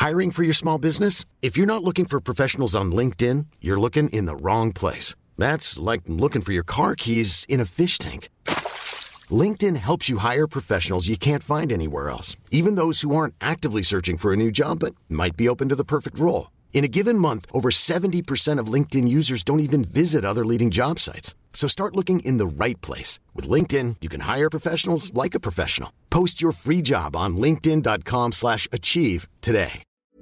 Hiring for your small business? If you're not looking for professionals on LinkedIn, you're looking in the wrong place. That's like looking for your car keys in a fish tank. LinkedIn helps you hire professionals you can't find anywhere else, even those who aren't actively searching for a new job but might be open to the perfect role. In a given month, over 70% of LinkedIn users don't even visit other leading job sites. So start looking in the right place. With LinkedIn, you can hire professionals like a professional. Post your free job on linkedin.com/achieve today.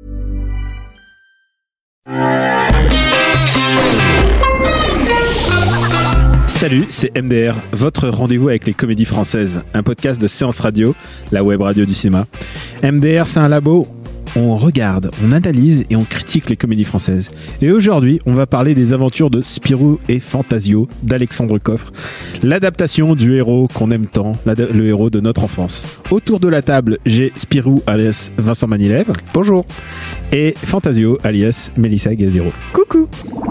Salut, c'est MDR, votre rendez-vous avec les comédies françaises, un podcast de Séance Radio, la web radio du cinéma. MDR, c'est un labo, on regarde, on analyse et on critique les comédies françaises. Et aujourd'hui, on va parler des aventures de Spirou et Fantasio d'Alexandre Coffre, l'adaptation du héros qu'on aime tant, le héros de notre enfance. Autour de la table, j'ai Spirou alias Vincent Manilève. Bonjour. Et Fantasio alias Mélissa Gazero. Coucou.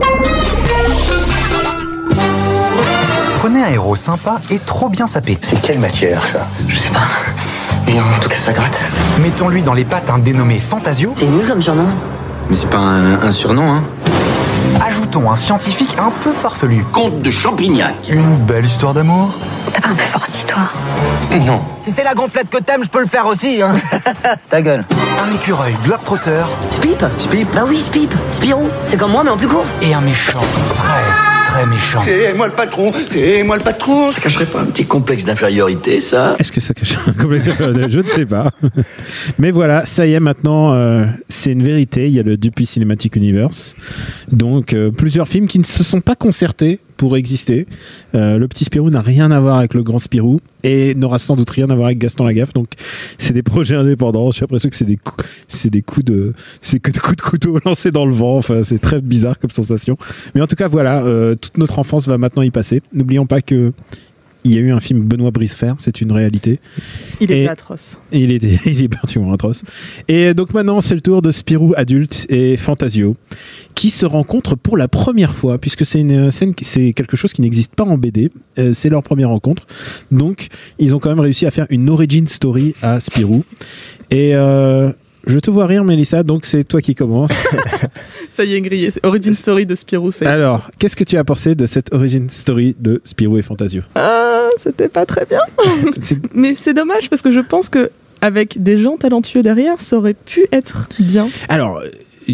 Prenez un héros sympa et trop bien sapé. C'est quelle matière, ça? Je sais pas. Mais en tout cas, ça gratte. Mettons-lui dans les pattes un dénommé Fantasio. C'est nul comme surnom. Mais c'est pas un surnom, hein. Ajoutons un scientifique un peu farfelu. Comte de Champignac. Une belle histoire d'amour. T'as pas un peu farci, toi? Non. Si c'est la gonflette que t'aimes, je peux le faire aussi, hein. Ta gueule. Un écureuil globe-trotteur. Spip. Bah oui, Spip. Spirou. C'est comme moi, mais en plus court. Et un méchant très méchant. C'est moi le patron. Ça cacherait pas un petit complexe d'infériorité, ça? Est-ce que ça cache un complexe d'infériorité? Je ne sais pas. Mais voilà, ça y est, maintenant, c'est une vérité. Il y a le Dupuis Cinematic Universe. Donc, plusieurs films qui ne se sont pas concertés pour exister. Le petit Spirou n'a rien à voir avec le grand Spirou et n'aura sans doute rien à voir avec Gaston Lagaffe. Donc, c'est des projets indépendants. J'ai l'impression que c'est des coups de couteau lancés dans le vent. Enfin, c'est très bizarre comme sensation. Mais en tout cas, voilà, toute notre enfance va maintenant y passer. N'oublions pas que il y a eu un film Benoît Brisefer, c'est une réalité. Il était atroce. Il est particulièrement atroce. Et donc maintenant, c'est le tour de Spirou adulte et Fantasio qui se rencontrent pour la première fois, puisque c'est une scène, c'est quelque chose qui n'existe pas en BD. C'est leur première rencontre. Donc, ils ont quand même réussi à faire une origin story à Spirou. Et je te vois rire, Mélissa, donc c'est toi qui commences. Ça y est, grillé. C'est origin story de Spirou. Alors, qu'est-ce que tu as pensé de cette origin story de Spirou et Fantasio? C'était pas très bien. Mais c'est dommage parce que je pense que avec des gens talentueux derrière, ça aurait pu être bien. Alors,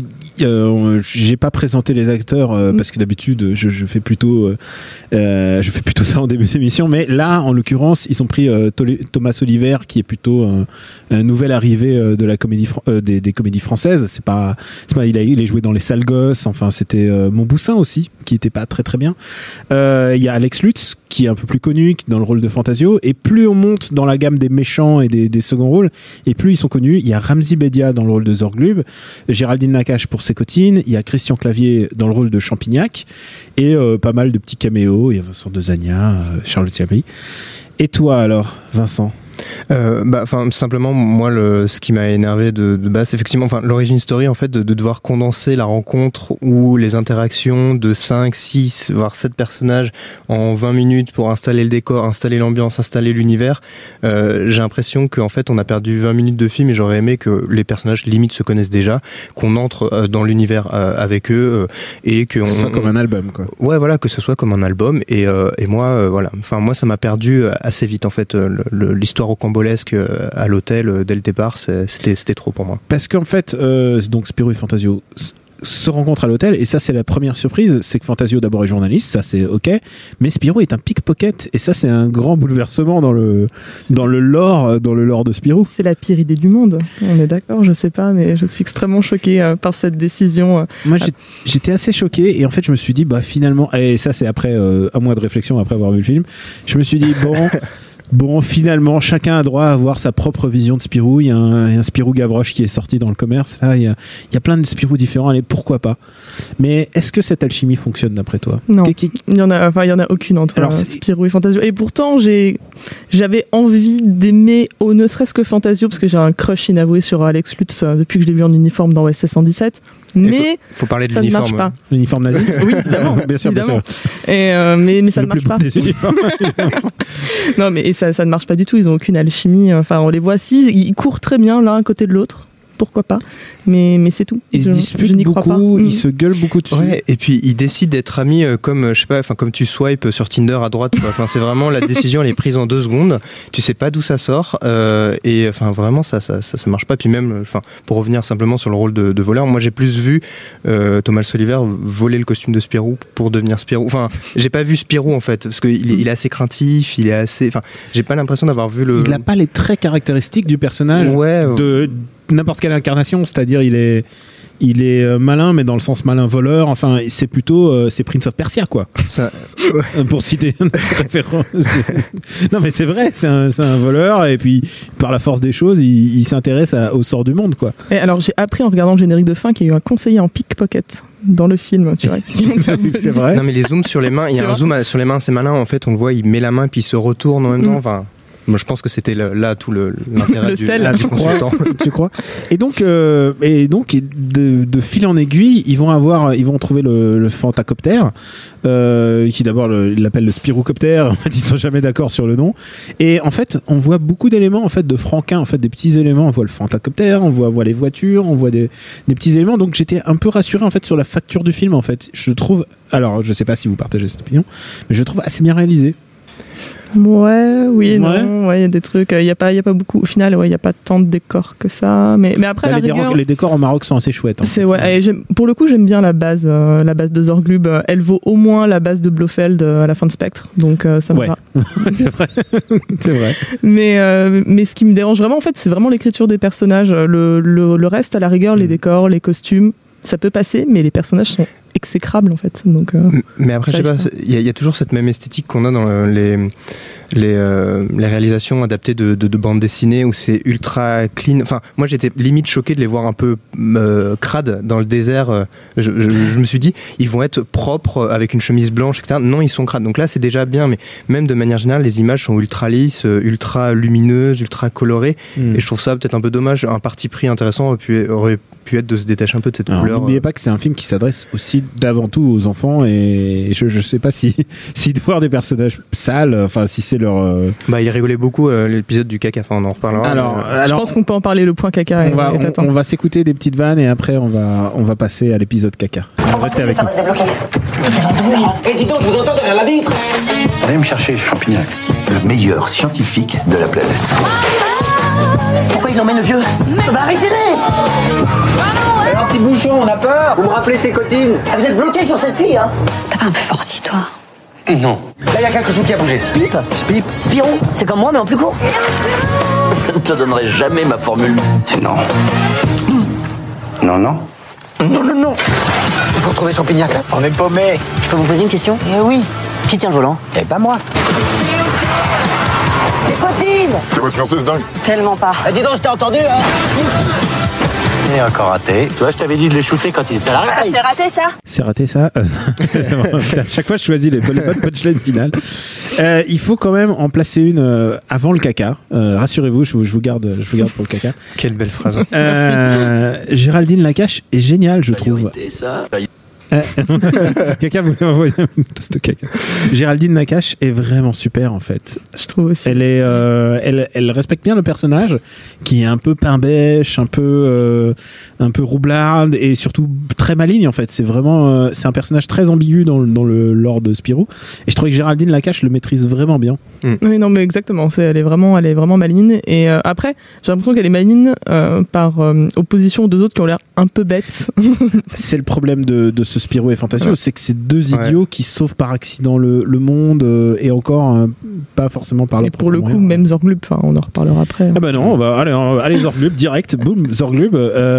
j'ai pas présenté les acteurs parce que d'habitude je fais plutôt ça en début d'émission, mais là en l'occurrence ils ont pris Thomas Oliver qui est plutôt un nouvel arrivé de la comédie des comédies françaises. C'est pas il est joué dans Les Sales Gosses, enfin c'était Montboussin aussi qui était pas très très bien. Il y a Alex Lutz qui est un peu plus connu dans le rôle de Fantasio, et plus on monte dans la gamme des méchants et des seconds rôles et plus ils sont connus. Il y a Ramzy Bedia dans le rôle de Zorglub, Géraldine Nakache pour Sécotine, il y a Christian Clavier dans le rôle de Champignac et pas mal de petits caméos. Il y a Vincent Dezania, Charlotte Chablis. Et toi alors, Vincent? Simplement moi ce qui m'a énervé de base, effectivement, l'origin story en fait de devoir condenser la rencontre ou les interactions de 5, 6 voire 7 personnages en 20 minutes pour installer le décor, installer l'ambiance, installer l'univers. J'ai l'impression qu'en fait on a perdu 20 minutes de film et j'aurais aimé que les personnages limite se connaissent déjà, qu'on entre dans l'univers avec eux et que ce soit comme un album quoi. Ouais, voilà, que ce soit comme un album et moi moi ça m'a perdu assez vite en fait l'histoire rocambolesque à l'hôtel dès le départ, c'était trop pour moi. Parce qu'en fait, donc Spirou et Fantasio se rencontrent à l'hôtel et ça c'est la première surprise, c'est que Fantasio d'abord est journaliste, ça c'est ok, mais Spirou est un pickpocket et ça c'est un grand bouleversement dans le lore de Spirou. C'est la pire idée du monde, on est d'accord, je sais pas, mais je suis extrêmement choquée par cette décision. Moi j'étais assez choqué et en fait je me suis dit finalement, et ça c'est après un mois de réflexion après avoir vu le film, je me suis dit Bon, finalement, chacun a droit à avoir sa propre vision de Spirou. Il y a un Spirou Gavroche qui est sorti dans le commerce. Là, il y a plein de Spirou différents. Allez, pourquoi pas? Mais est-ce que cette alchimie fonctionne d'après toi? Non. Il y en a aucune entre Spirou et Fantasio. Et pourtant, j'avais envie d'aimer, ne serait-ce que Fantasio, parce que j'ai un crush inavoué sur Alex Lutz depuis que je l'ai vu en uniforme dans OSS 117. Mais faut parler de ça ne marche pas. L'uniforme nazi? Oui, évidemment. Bien sûr. Et, mais ça ne marche pas. Non, mais ça ne marche pas du tout. Ils n'ont aucune alchimie. Enfin, on les voit ils courent très bien l'un à côté de l'autre. pourquoi pas, mais c'est tout. Ils se disputent beaucoup, ils se gueulent beaucoup dessus. Ouais, et puis ils décident d'être amis comme, je sais pas, comme tu swipes sur Tinder à droite, quoi. Enfin, c'est vraiment, la décision elle est prise en 2 secondes, tu sais pas d'où ça sort, et enfin vraiment ça marche pas. Puis même, enfin, pour revenir simplement sur le rôle de voleur, moi j'ai plus vu Thomas Oliver voler le costume de Spirou pour devenir Spirou. Enfin, j'ai pas vu Spirou en fait, parce qu'il est assez craintif, il est assez, enfin, j'ai pas l'impression d'avoir vu le. Il a pas les traits caractéristiques du personnage de n'importe quelle incarnation, c'est-à-dire il est malin, mais dans le sens malin voleur. Enfin, c'est plutôt c'est Prince of Persia, quoi. Ça, pour citer une référence. Non, mais c'est vrai, c'est un voleur, et puis par la force des choses, il s'intéresse au sort du monde, quoi. Et alors, j'ai appris en regardant le générique de fin qu'il y a eu un conseiller en pickpocket dans le film, tu vois. C'est vrai. Non, mais les zooms sur les mains, il y a un zoom sur les mains, c'est malin. En fait, on le voit, il met la main puis il se retourne en même temps. Enfin. Moi, je pense que c'était là tout l'intérêt du consultant. Tu crois? Et donc, de fil en aiguille, ils vont trouver le Fantacopter, qui d'abord il l'appelle le Spirocopter. En fait, ils sont jamais d'accord sur le nom. Et en fait, on voit beaucoup d'éléments en fait de Franquin, en fait des petits éléments. On voit le Fantacopter, on voit les voitures, on voit des petits éléments. Donc j'étais un peu rassuré en fait sur la facture du film. En fait, je trouve. Alors, je sais pas si vous partagez cette opinion, mais je le trouve assez bien réalisé. Non, il y a des trucs, il y a pas beaucoup, au final, il y a pas tant de décors que ça, mais après les décors au Maroc sont assez chouettes. C'est pour le coup, j'aime bien la base de Zorglub, elle vaut au moins la base de Blofeld à la fin de Spectre, donc ça me va. C'est vrai. C'est vrai. Mais ce qui me dérange vraiment, en fait, c'est vraiment l'écriture des personnages, le reste, à la rigueur, les décors, les costumes, ça peut passer, mais les personnages sont exécrable en fait. Donc, mais après, je sais pas, il y a toujours cette même esthétique qu'on a dans les réalisations adaptées de bandes dessinées où c'est ultra clean. Enfin, moi j'étais limite choqué de les voir un peu crades dans le désert. Je me suis dit, ils vont être propres avec une chemise blanche, etc. Non, ils sont crades. Donc là, c'est déjà bien, mais même de manière générale, les images sont ultra lisses, ultra lumineuses, ultra colorées. Et je trouve ça peut-être un peu dommage. Un parti pris intéressant aurait pu être de se détacher un peu de cette couleur. N'oubliez pas que c'est un film qui s'adresse aussi d'avant tout aux enfants, et je sais pas si de voir des personnages sales, enfin si c'est leur il rigolait beaucoup l'épisode du caca, enfin on en reparlera. Alors je pense qu'on peut en parler, le point caca. On va s'écouter des petites vannes et après on va passer à l'épisode caca. Restez avec nous. Ça va se débloquer. Et dis donc, je vous entends derrière la vitre. Allez me chercher Champignac, le meilleur scientifique de la planète. Pourquoi il emmène le vieux? Arrêtez-les! Alors petit bouchon, on a peur. Vous me rappelez ces cotines? Vous êtes bloqué sur cette fille, hein? T'as pas un peu forci, toi? Non. Là, il y a quelque chose qui a bougé. Spip? Spirou, c'est comme moi, mais en plus court. Je ne te donnerai jamais ma formule. C'est non. Non. Non. Il faut retrouver Champignac. On est paumé. Je peux vous poser une question? Oui. Qui tient le volant? Eh ben moi. C'est cotine! C'est votre fiancé, ce dingue? Tellement pas. Dis donc, je t'ai entendu, hein? Et encore raté. Tu vois, je t'avais dit de les shooter quand ils étaient à la réveille. C'est raté, ça? C'est raté, ça. À chaque fois, je choisis les bonnes punchlines finales. Il faut quand même en placer une avant le caca. Rassurez-vous, je vous garde pour le caca. Quelle belle phrase. Géraldine Nakache est géniale, je trouve. Ça. Quelqu'un voulait m'envoyer un toast de caca. Géraldine Nakache est vraiment super en fait. Je trouve aussi. Elle respecte bien le personnage qui est un peu pain bêche, un peu roublarde et surtout très maligne en fait. C'est vraiment c'est un personnage très ambigu dans le lore de Spirou. Et je trouve que Géraldine Nakache le maîtrise vraiment bien. Oui, non mais exactement. Elle est vraiment maligne. Et après, j'ai l'impression qu'elle est maligne par opposition aux deux autres qui ont l'air un peu bêtes. C'est le problème de ce Spirou et Fantasio, c'est que c'est deux idiots qui sauvent par accident le monde et encore pas forcément par le. Et pour le coup, même Zorglub, on en reparlera après. Ah bah non, on va aller Zorglub direct, boum, Zorglub,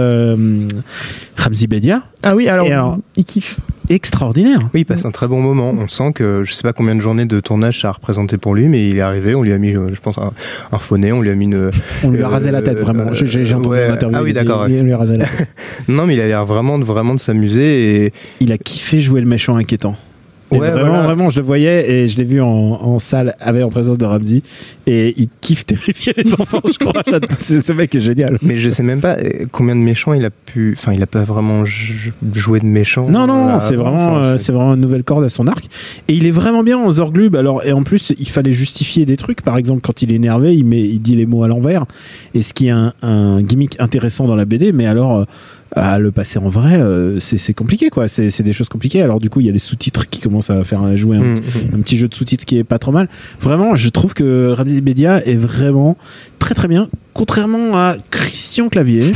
Ramzi Bedia. Ah oui, alors il kiffe. Extraordinaire. Oui, il passe un très bon moment. On sent que je sais pas combien de journées de tournage ça a représenté pour lui, mais il est arrivé, on lui a mis, je pense, un faux nez, on lui a mis on lui a rasé la tête, vraiment. J'ai entendu l'interview. Ah oui, d'accord. Il lui a rasé la tête. Non, mais il a l'air vraiment de s'amuser et. Il a kiffé jouer le méchant inquiétant. Vraiment, je le voyais et je l'ai vu en salle en présence de Ramsey et il kiffe terrifier les enfants, je crois. Ce mec est génial. Mais je sais même pas combien de méchants il a pu. Enfin, il a pas vraiment joué de méchant. Non, c'est vraiment une nouvelle corde à son arc. Et il est vraiment bien en Zorglub. Alors, et en plus, il fallait justifier des trucs. Par exemple, quand il est énervé, il dit les mots à l'envers. Et ce qui est un gimmick intéressant dans la BD, mais alors. À le passer en vrai, c'est compliqué, quoi. C'est des choses compliquées. Alors du coup, il y a les sous-titres qui commencent à faire jouer un petit jeu de sous-titres qui est pas trop mal. Vraiment, je trouve que Ramsey Bedia est vraiment très très bien, contrairement à Christian Clavier.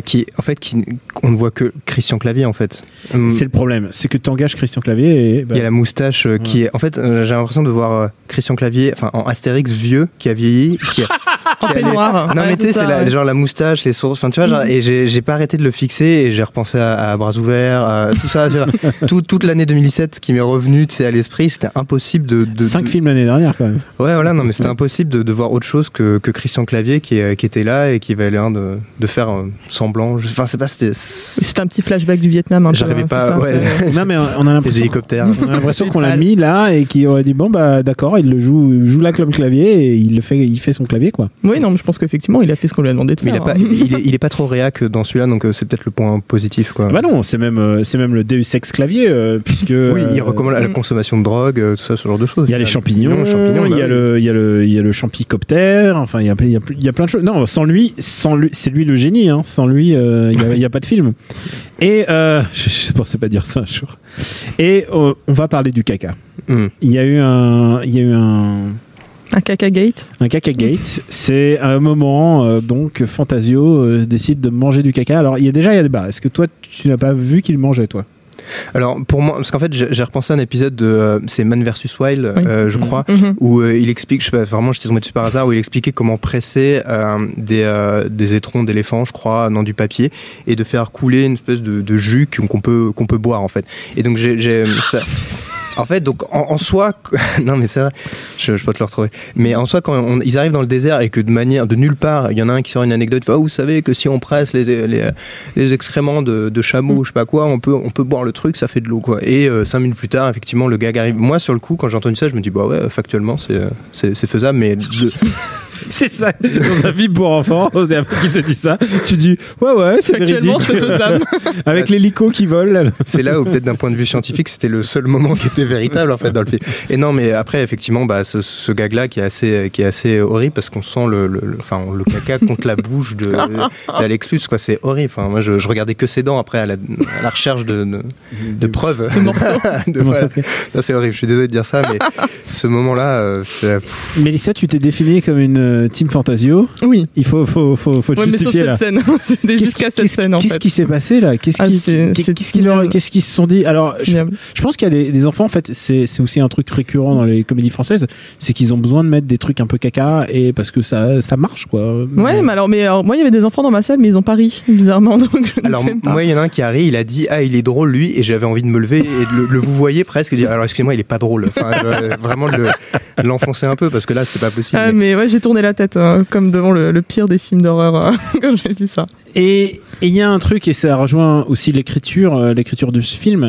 On ne voit que Christian Clavier en fait. C'est le problème, c'est que tu engages Christian Clavier et il y a la moustache qui est. En fait, j'ai l'impression de voir Christian Clavier, enfin en Astérix vieux, qui a vieilli, en peignoir. Non mais tu sais, c'est genre la moustache, les sources, enfin tu vois, genre, et j'ai pas arrêté de le fixer et j'ai repensé à Bras ouverts, tout ça, tu vois. toute l'année 2017 qui m'est revenue, tu sais, à l'esprit, c'était impossible de 5 films l'année dernière quand même. Ouais, voilà, non mais c'était impossible de voir autre chose que Christian Clavier qui était là et qui avait l'air de faire semblant. Enfin, c'est pas, c'était un petit flashback du Vietnam. J'arrivais pas. Ouais. Non mais on a l'impression. Des hélicoptères. On a l'impression qu'on l'a mis là et qu'il aurait dit bon bah d'accord, il le joue là comme clavier et il fait son clavier quoi. Oui, non, mais je pense qu'effectivement il a fait ce qu'on lui a demandé de faire. Mais il est pas trop réac dans celui-là, donc c'est peut-être le point positif quoi. Bah non, c'est même le Deus Ex clavier puisque. Oui, il recommande la consommation de drogue, tout ça, ce genre de choses. Il y a les champignons, il y a le champicoptère, enfin il y a plein de choses. Non, sans lui, c'est lui le génie. Hein. Sans lui, il y a pas de film. Et je pensais pas dire ça un jour. Et on va parler du caca. Il y a eu un caca gate. Un caca gate, c'est un moment donc Fantasio décide de manger du caca. Alors il y a débat. Est-ce que toi tu n'as pas vu qu'il mangeait toi? Alors pour moi, parce qu'en fait j'ai repensé à un épisode de c'est Man vs Wild, je crois, où il explique, je sais pas, vraiment j'étais tombé dessus par hasard, où il expliquait comment presser des étrons d'éléphant, je crois, dans du papier et de faire couler une espèce de jus qu'on peut boire en fait. Et donc j'ai ça. En fait, donc en soi, non mais c'est vrai, je peux te le retrouver. Mais en soi, quand ils arrivent dans le désert et que de nulle part, il y en a un qui sort une anecdote, vous savez que si on presse les excréments de chameau, je sais pas quoi, on peut boire le truc, ça fait de l'eau quoi. Et 5 minutes plus tard, effectivement, le gars arrive. Moi, sur le coup, quand j'ai entendu ça, je me dis bah ouais, factuellement, c'est faisable, mais c'est ça, dans un film pour enfants, c'est un peu qui te dit ça, tu dis ouais, c'est actuellement c'est faisable. Avec l'hélico qui vole là. C'est là où peut-être d'un point de vue scientifique c'était le seul moment qui était véritable en fait dans le film. Et non mais après effectivement ce gag là qui est assez horrible parce qu'on sent le caca contre la bouche d'Alex Lutz quoi, c'est horrible. Enfin moi je regardais que ses dents après à la recherche de preuves. De morceaux. Non, c'est horrible, je suis désolé de dire ça mais ce moment là Mélissa, tu t'es définie comme une Team Fantasio. Oui. Il faut justifier mais là. Cette scène. C'était jusqu'à cette scène en fait. Qu'est-ce qui s'est passé là? Qu'est-ce qu'ils se sont dit? Alors, je pense qu'il y a des enfants en fait. C'est aussi un truc récurrent dans les comédies françaises, c'est qu'ils ont besoin de mettre des trucs un peu caca et parce que ça marche quoi. Ouais, mais alors moi il y avait des enfants dans ma salle, mais ils ont pas ri bizarrement. Donc alors moi il y en a un qui a ri, il a dit il est drôle lui, et j'avais envie de me lever et de le vous voyez presque et dire alors excusez-moi il est pas drôle. Enfin vraiment de l'enfoncer un peu parce que là c'était pas possible. Mais ouais j'ai tourné la tête comme devant le pire des films d'horreur quand j'ai vu ça. Et il y a un truc, et ça rejoint aussi l'écriture de ce film.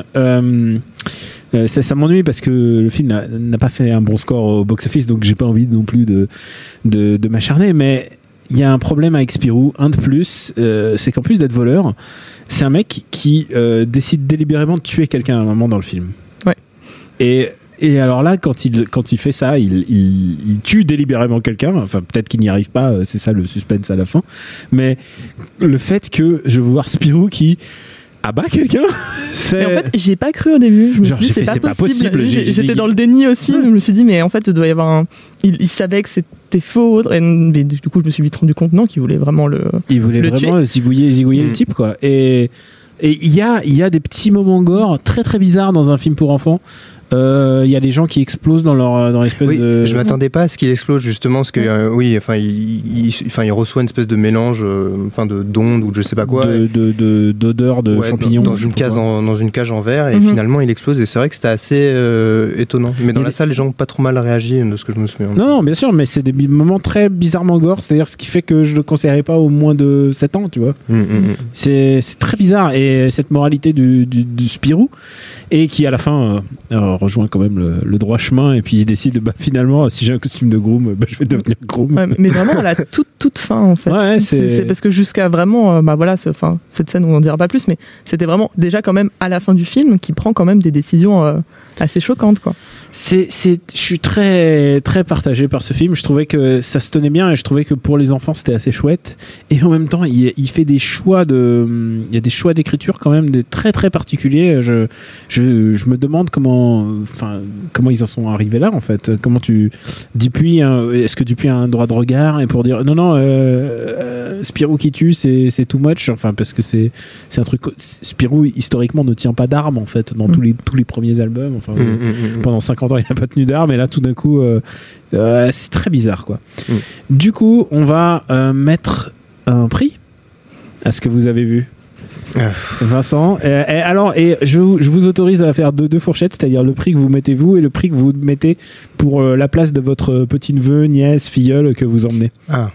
Ça m'ennuie parce que le film n'a pas fait un bon score au box-office, donc j'ai pas envie non plus de m'acharner, mais il y a un problème avec Spirou, un de plus, c'est qu'en plus d'être voleur, c'est un mec qui décide délibérément de tuer quelqu'un à un moment dans le film. Ouais. Et alors là, quand il fait ça, il tue délibérément quelqu'un. Enfin, peut-être qu'il n'y arrive pas. C'est ça le suspense à la fin. Mais le fait que je veux voir Spirou qui abat quelqu'un, c'est. Mais en fait, j'y ai pas cru au début. Je me suis dit c'est pas possible. J'étais dans le déni aussi. Je me suis dit mais en fait, il doit y avoir il savait que c'était faux. Mais du coup, je me suis vite rendu compte qu'il voulait vraiment Il voulait vraiment zigouiller le type quoi. Et il y a des petits moments gore très très bizarres dans un film pour enfants. Il y a des gens qui explosent dans l'espèce de. Je m'attendais pas à ce qu'il explose justement parce que il reçoit une espèce de mélange d'ondes ou de je sais pas quoi d'odeur de champignons dans une cage en verre et finalement il explose et c'est vrai que c'était assez étonnant. Mais dans la salle les gens ont pas trop mal réagi de ce que je me souviens. Non bien sûr, mais c'est des moments très bizarrement gore, c'est-à-dire ce qui fait que je le conseillerais pas au moins de 7 ans, tu vois. C'est très bizarre et cette moralité du Spirou et qui à la fin rejoint quand même le droit chemin et puis il décide finalement si j'ai un costume de groom, je vais devenir groom. Ouais, mais vraiment à la toute fin en fait. Ouais, c'est parce que jusqu'à vraiment cette scène on n'en dira pas plus, mais c'était vraiment déjà quand même à la fin du film qui prend quand même des décisions assez choquantes quoi. Je suis très très partagé par ce film. Je trouvais que ça se tenait bien et je trouvais que pour les enfants c'était assez chouette, et en même temps il fait des choix il y a des choix d'écriture quand même des très très particuliers. Je me demande comment ils en sont arrivés là en fait. Comment est-ce que Dupuis a un droit de regard et pour dire non Spirou qui tue c'est too much, enfin parce que c'est un truc. Spirou historiquement ne tient pas d'armes en fait dans tous les premiers albums. Enfin pendant 50 ans il n'a pas tenu d'armes, et là tout d'un coup c'est très bizarre quoi. Du coup on va mettre un prix à ce que vous avez vu. Vincent, et je vous autorise à faire deux fourchettes, c'est-à-dire le prix que vous mettez vous et le prix que vous mettez pour la place de votre petit-neveu, nièce, filleule que vous emmenez.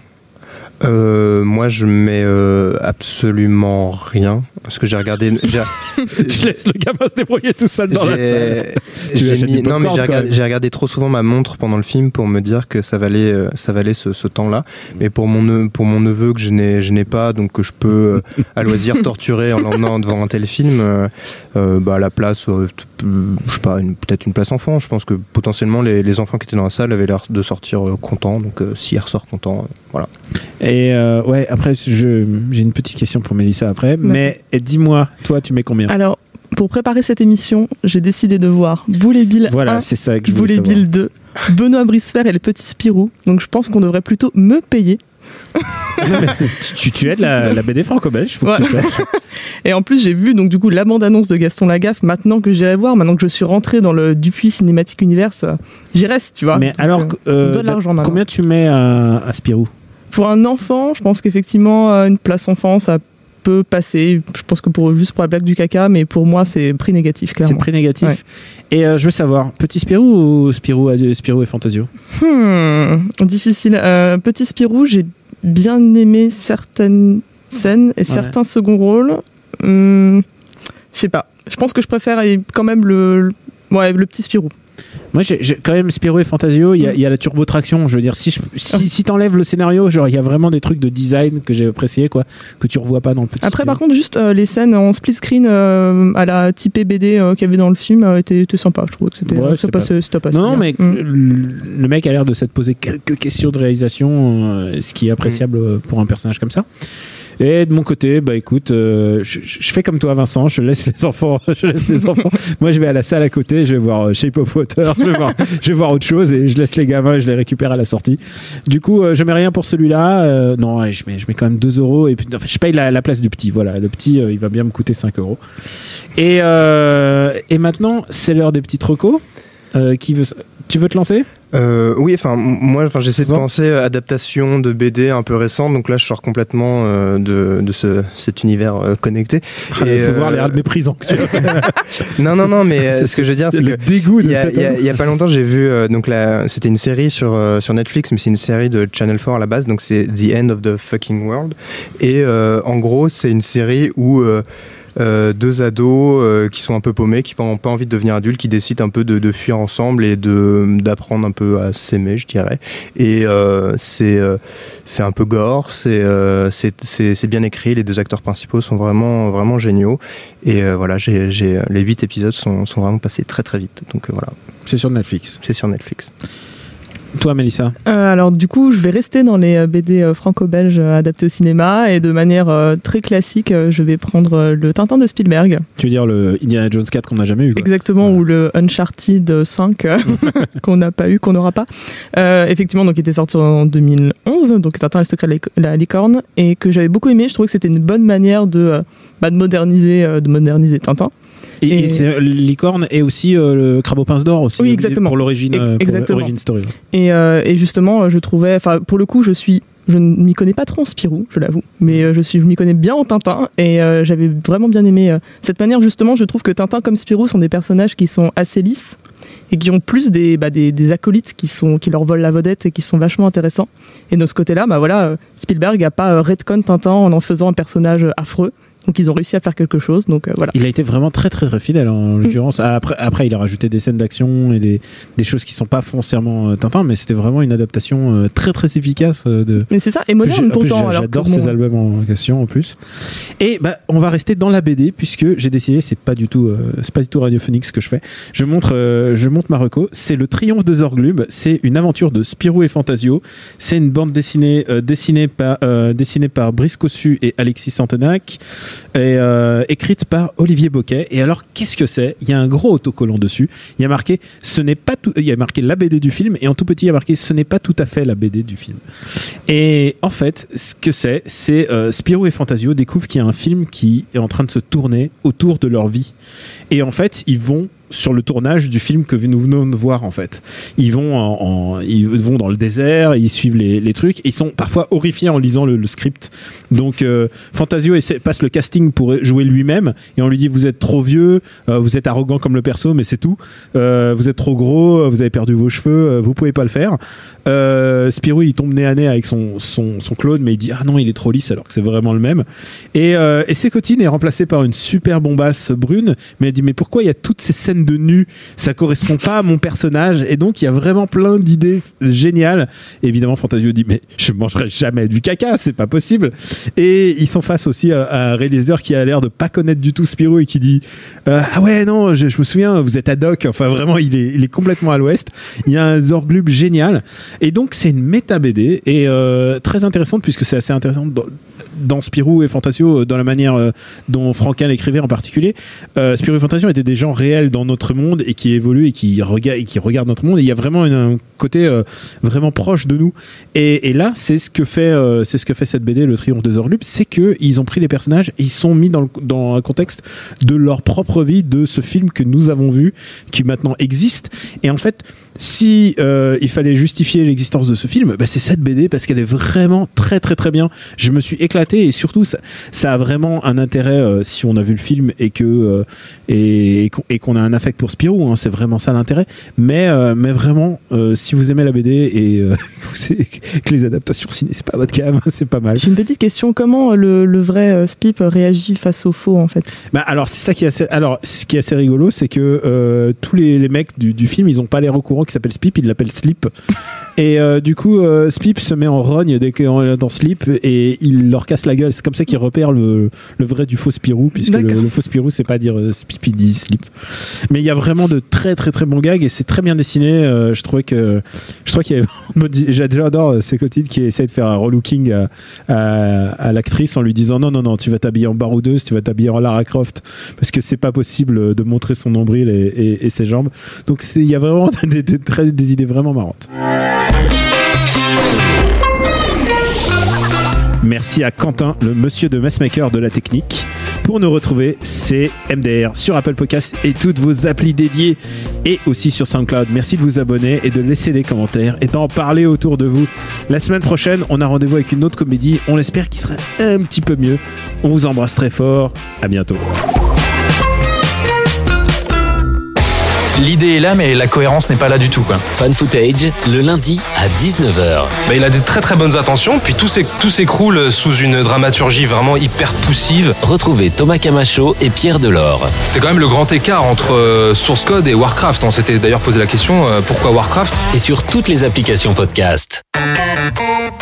Moi je mets absolument rien parce que j'ai regardé. Tu laisses le gamin se débrouiller tout seul dans la salle. J'ai regardé trop souvent ma montre pendant le film pour me dire que ça valait ce temps-là. Mais pour mon neveu que je n'ai pas, donc que je peux à loisir torturer en l'emmenant devant un tel film, à la place, je sais pas, peut-être une place enfant. Je pense que potentiellement les enfants qui étaient dans la salle avaient l'air de sortir contents. Donc s'il ressort content, voilà. Et après j'ai une petite question pour Mélissa après, mais dis-moi, toi tu mets combien? Alors pour préparer cette émission, j'ai décidé de voir Boule et Bill 1, c'est ça que je Boule et Bill 2, Benoît Bricefer et le petit Spirou. Donc je pense qu'on devrait plutôt me payer. tu aides la BD franco-belge, faut que tu saches. Et en plus j'ai vu donc du coup la bande-annonce de Gaston Lagaffe. Maintenant que j'irai voir, maintenant que je suis rentré dans le Dupuis Cinematic Universe, j'y reste, tu vois. Mais donc, alors de l'argent maintenant. Combien tu mets à Spirou? Pour un enfant, je pense qu'effectivement une place enfant ça peut passer. Je pense que juste pour la blague du caca, mais pour moi c'est prix négatif clairement. C'est prix négatif. Ouais. Et je veux savoir, petit Spirou ou Spirou et Fantasio? Difficile. Petit Spirou, j'ai bien aimé certaines scènes et certains seconds rôles. Je sais pas. Je pense que je préfère quand même le petit Spirou. Moi, j'ai quand même Spirou et Fantasio, il y a la turbo-traction. Je veux dire, si t'enlèves le scénario, genre, il y a vraiment des trucs de design que j'ai apprécié, quoi, que tu revois pas dans le petit Après, Spirou. par contre, juste les scènes en split screen à la typée BD qu'il y avait dans le film étaient sympa. Je trouvais que c'était passé. Non, bien. mais le mec a l'air de s'être posé quelques questions de réalisation, ce qui est appréciable pour un personnage comme ça. Et de mon côté, écoute, je fais comme toi, Vincent, je laisse les enfants. Moi, je vais à la salle à côté, je vais voir Shape of Water, je vais voir autre chose, et je laisse les gamins, je les récupère à la sortie. Du coup, je mets rien pour celui-là. Non, je mets quand même 2 €, et puis je paye la place du petit. Voilà, le petit, il va bien me coûter 5 €. Et maintenant, c'est l'heure des petits recos. Tu veux te lancer? Oui, moi j'essaie de penser adaptation de BD un peu récente, donc là je sors complètement de cet univers connecté. Il faut voir les méprisants que tu as. Non, mais ce que je veux dire, c'est le que dégoût il y a pas longtemps j'ai vu c'était une série sur Netflix, mais c'est une série de Channel 4 à la base, donc c'est The End of the Fucking World, et en gros c'est une série où 2 ados qui sont un peu paumés, qui n'ont pas envie de devenir adultes, qui décident un peu de fuir ensemble et d'apprendre un peu à s'aimer, je dirais. Et c'est un peu gore, c'est bien écrit, les 2 acteurs principaux sont vraiment vraiment géniaux. Et voilà, les 8 épisodes sont vraiment passés très très vite. Donc voilà. C'est sur Netflix. C'est sur Netflix. Toi, Mélissa? Alors du coup, je vais rester dans les BD franco-belges adaptés au cinéma, et de manière très classique, je vais prendre le Tintin de Spielberg. Tu veux dire le Indiana Jones 4 qu'on n'a jamais eu, quoi. Exactement, ou le Uncharted 5 qu'on n'a pas eu, qu'on n'aura pas. Effectivement, donc il était sorti en 2011, donc Tintin et le secret de la licorne, et que j'avais beaucoup aimé. Je trouvais que c'était une bonne manière de moderniser Tintin. Et c'est licorne et aussi le crabe aux pinces d'or aussi. Oui, exactement. Pour l'origine story. Et justement, je trouvais, pour le coup, je ne m'y connais pas trop en Spirou, je l'avoue, mais je m'y connais bien en Tintin, et j'avais vraiment bien aimé cette manière. Justement, je trouve que Tintin comme Spirou sont des personnages qui sont assez lisses et qui ont plus des acolytes qui leur volent la vedette et qui sont vachement intéressants. Et de ce côté-là, Spielberg a pas retcon Tintin en faisant un personnage affreux. Donc ils ont réussi à faire quelque chose. Donc voilà. Il a été vraiment très très très fidèle en l'occurrence. Après il a rajouté des scènes d'action et des choses qui sont pas foncièrement Tintin, mais c'était vraiment une adaptation très très efficace de. Mais c'est ça, et moderne pourtant. J'adore ces albums en question en plus. Et on va rester dans la BD puisque j'ai décidé, c'est pas du tout radiophonique ce que je fais. Je montre ma reco. C'est le Triomphe de Zorglub. C'est une aventure de Spirou et Fantasio. C'est une bande dessinée dessinée par Brice Cossu et Alexis Santenac et écrite par Olivier Boquet. Et alors qu'est-ce que c'est ? Il y a un gros autocollant dessus. Il y a marqué il y a marqué la BD du film et en tout petit il y a marqué ce n'est pas tout à fait la BD du film. Et en fait, ce que c'est Spirou et Fantasio découvrent qu'il y a un film qui est en train de se tourner autour de leur vie. Et en fait, ils vont sur le tournage du film que nous venons de voir en fait. Ils vont dans le désert, ils suivent les trucs, et ils sont parfois horrifiés en lisant le script. Donc Fantasio passe le casting pour jouer lui-même et on lui dit vous êtes trop vieux, vous êtes arrogant comme le perso mais c'est tout. Vous êtes trop gros, vous avez perdu vos cheveux, vous pouvez pas le faire. Spirou il tombe nez à nez avec son clone mais il dit ah non il est trop lisse alors que c'est vraiment le même. Et Sécotine est remplacée par une super bombasse brune mais elle dit mais pourquoi il y a toutes ces scènes de nu, ça correspond pas à mon personnage et donc il y a vraiment plein d'idées géniales. Et évidemment Fantasio dit mais je mangerai jamais du caca, c'est pas possible. Et ils sont face aussi à un réalisateur qui a l'air de pas connaître du tout Spirou et qui dit ah ouais non je me souviens vous êtes ad hoc, enfin vraiment il est complètement à l'ouest. Il y a un Zorglub génial et donc c'est une méta BD et très intéressante puisque c'est assez intéressant dans Spirou et Fantasio dans la manière dont Franquin l'écrivait en particulier. Spirou et Fantasio étaient des gens réels dans notre monde et qui évoluent et qui regardent notre monde et il y a vraiment un côté vraiment proche de nous et là c'est ce que fait cette BD le Triomphe de Zorglub, c'est que ils ont pris les personnages et ils sont mis dans un contexte de leur propre vie, de ce film que nous avons vu qui maintenant existe. Et en fait si il fallait justifier l'existence de ce film, c'est cette BD parce qu'elle est vraiment très très très bien. Je me suis éclaté et surtout ça a vraiment un intérêt si on a vu le film et que et qu'on a un affect pour Spirou, hein, c'est vraiment ça l'intérêt. Mais vraiment si vous aimez la BD et que les adaptations ciné c'est pas votre cam, c'est pas mal. J'ai une petite question, comment le vrai Spip réagit face au faux en fait ? Alors c'est ça qui est ce qui est assez rigolo, c'est que tous les mecs du film ils ont pas l'air au courant qui s'appelle Spip, il l'appelle Slip et du coup Spip se met en rogne dès qu'on est dans Slip et il leur casse la gueule. C'est comme ça qu'il repère le vrai du faux Spirou puisque le faux Spirou c'est pas dire Spip, il dit Slip. Mais il y a vraiment de très très très bons gags et c'est très bien dessiné. Je trouvais qu'il y avait j'adore Sécotine qui essaie de faire un relooking à l'actrice en lui disant non tu vas t'habiller en baroudeuse, tu vas t'habiller en Lara Croft parce que c'est pas possible de montrer son nombril et ses jambes. Donc il y a vraiment des idées vraiment marrantes. Merci à Quentin, le monsieur de Messmaker de la technique. Pour nous retrouver, c'est MDR sur Apple Podcasts et toutes vos applis dédiées et aussi sur SoundCloud. Merci de vous abonner et de laisser des commentaires et d'en parler autour de vous. La semaine prochaine, on a rendez-vous avec une autre comédie. On espère qu'il sera un petit peu mieux. On vous embrasse très fort. À bientôt. L'idée est là, mais la cohérence n'est pas là du tout, quoi. Fan Footage, le lundi à 19h. Il a des très très bonnes intentions, puis tout s'écroule sous une dramaturgie vraiment hyper poussive. Retrouvez Thomas Camacho et Pierre Delors. C'était quand même le grand écart entre Source Code et Warcraft. On s'était d'ailleurs posé la question, pourquoi Warcraft ? Et sur toutes les applications podcast.